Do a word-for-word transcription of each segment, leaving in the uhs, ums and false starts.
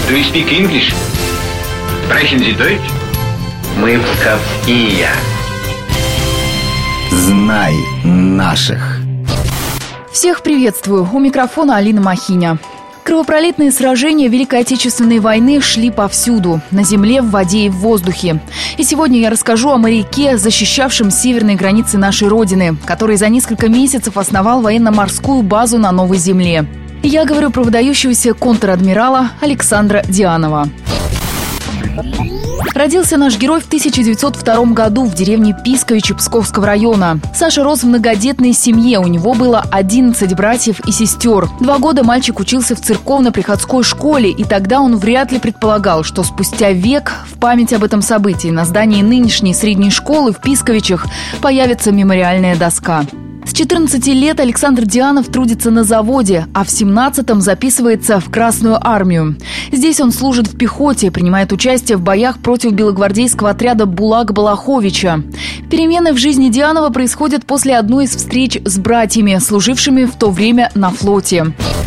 Do you speak English? Sprechen Sie Deutsch? Мы псковские. Знай наших. Всех приветствую. У микрофона Алина Махиня. Кровопролитные сражения Великой Отечественной войны шли повсюду – на земле, в воде и в воздухе. И сегодня я расскажу о моряке, защищавшем северные границы нашей Родины, который за несколько месяцев основал военно-морскую базу на Новой Земле. Я говорю про выдающегося контр-адмирала Александра Дианова. Родился наш герой в тысяча девятьсот втором году в деревне Писковичи Псковского района. Саша рос в многодетной семье, у него было одиннадцать братьев и сестер. Два года мальчик учился в церковно-приходской школе, и тогда он вряд ли предполагал, что спустя век в память об этом событии на здании нынешней средней школы в Писковичах появится мемориальная доска. С четырнадцати лет Александр Дианов трудится на заводе, а в семнадцатом записывается в Красную армию. Здесь он служит в пехоте, принимает участие в боях против белогвардейского отряда Булак-Балаховича. Перемены в жизни Дианова происходят после одной из встреч с братьями, служившими в то время на флоте.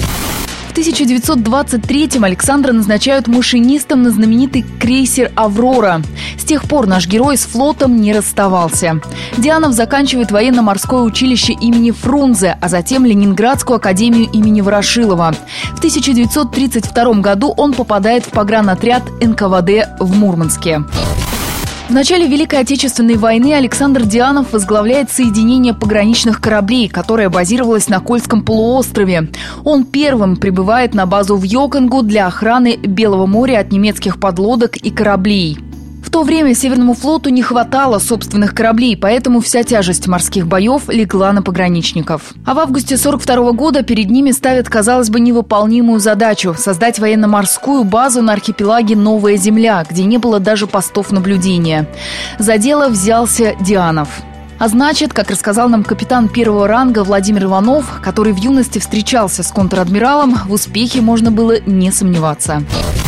В тысяча девятьсот двадцать третьем Александра назначают машинистом на знаменитый крейсер «Аврора». С тех пор наш герой с флотом не расставался. Дианов заканчивает военно-морское училище имени Фрунзе, а затем Ленинградскую академию имени Ворошилова. В тысяча девятьсот тридцать втором году он попадает в погранотряд эн ка вэ дэ в Мурманске. В начале Великой Отечественной войны Александр Дианов возглавляет соединение пограничных кораблей, которое базировалось на Кольском полуострове. Он первым прибывает на базу в Йоконгу для охраны Белого моря от немецких подлодок и кораблей. В то время Северному флоту не хватало собственных кораблей, поэтому вся тяжесть морских боев легла на пограничников. А в августе сорок второго года перед ними ставят, казалось бы, невыполнимую задачу – создать военно-морскую базу на архипелаге Новая Земля, где не было даже постов наблюдения. За дело взялся Дианов. А значит, как рассказал нам капитан первого ранга Владимир Иванов, который в юности встречался с контр-адмиралом, в успехе можно было не сомневаться.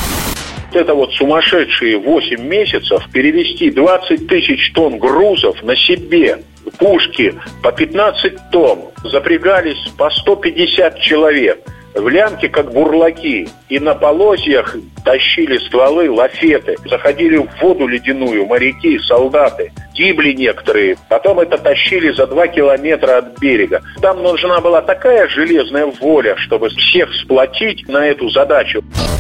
Это вот сумасшедшие восемь месяцев перевести двадцать тысяч тонн грузов на себе. Пушки по пятнадцать тонн. Запрягались по сто пятьдесят человек. В лямке, как бурлаки. И на полозьях тащили стволы, лафеты. Заходили в воду ледяную моряки, солдаты. Гибли некоторые. Потом это тащили за два километра от берега. Там нужна была такая железная воля, чтобы всех сплотить на эту задачу.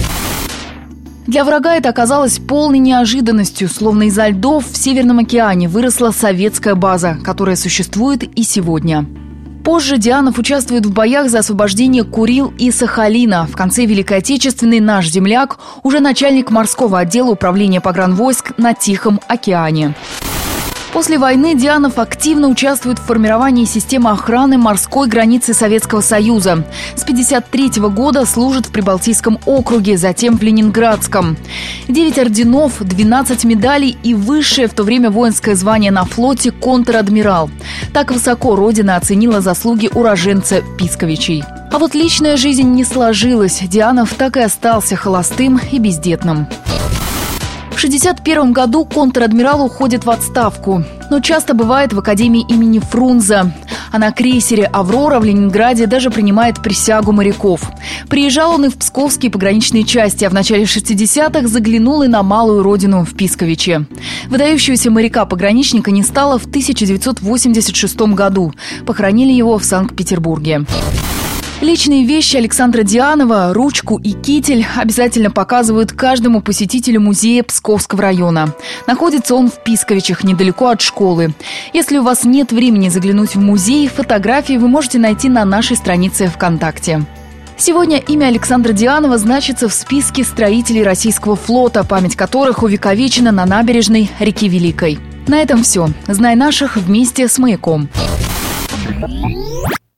Для врага это оказалось полной неожиданностью, словно изо льдов в Северном океане выросла советская база, которая существует и сегодня. Позже Дианов участвует в боях за освобождение Курил и Сахалина. В конце Великой Отечественной наш земляк уже начальник морского отдела управления погранвойск на Тихом океане. После войны Дианов активно участвует в формировании системы охраны морской границы Советского Союза. С пятьдесят третьего года служит в Прибалтийском округе, затем в Ленинградском. Девять орденов, двенадцать медалей и высшее в то время воинское звание на флоте контр-адмирал. Так высоко Родина оценила заслуги уроженца Писковичей. А вот личная жизнь не сложилась. Дианов так и остался холостым и бездетным. В шестьдесят первом году контр-адмирал уходит в отставку, но часто бывает в академии имени Фрунзе. А на крейсере «Аврора» в Ленинграде даже принимает присягу моряков. Приезжал он и в псковские пограничные части, а в начале шестидесятых заглянул и на малую родину в Писковичи. Выдающегося моряка-пограничника не стало в тысяча девятьсот восемьдесят шестом году. Похоронили его в Санкт-Петербурге. Личные вещи Александра Дианова, ручку и китель обязательно показывают каждому посетителю музея Псковского района. Находится он в Писковичах, недалеко от школы. Если у вас нет времени заглянуть в музей, фотографии вы можете найти на нашей странице ВКонтакте. Сегодня имя Александра Дианова значится в списке строителей российского флота, память которых увековечена на набережной реки Великой. На этом все. Знай наших вместе с «Маяком».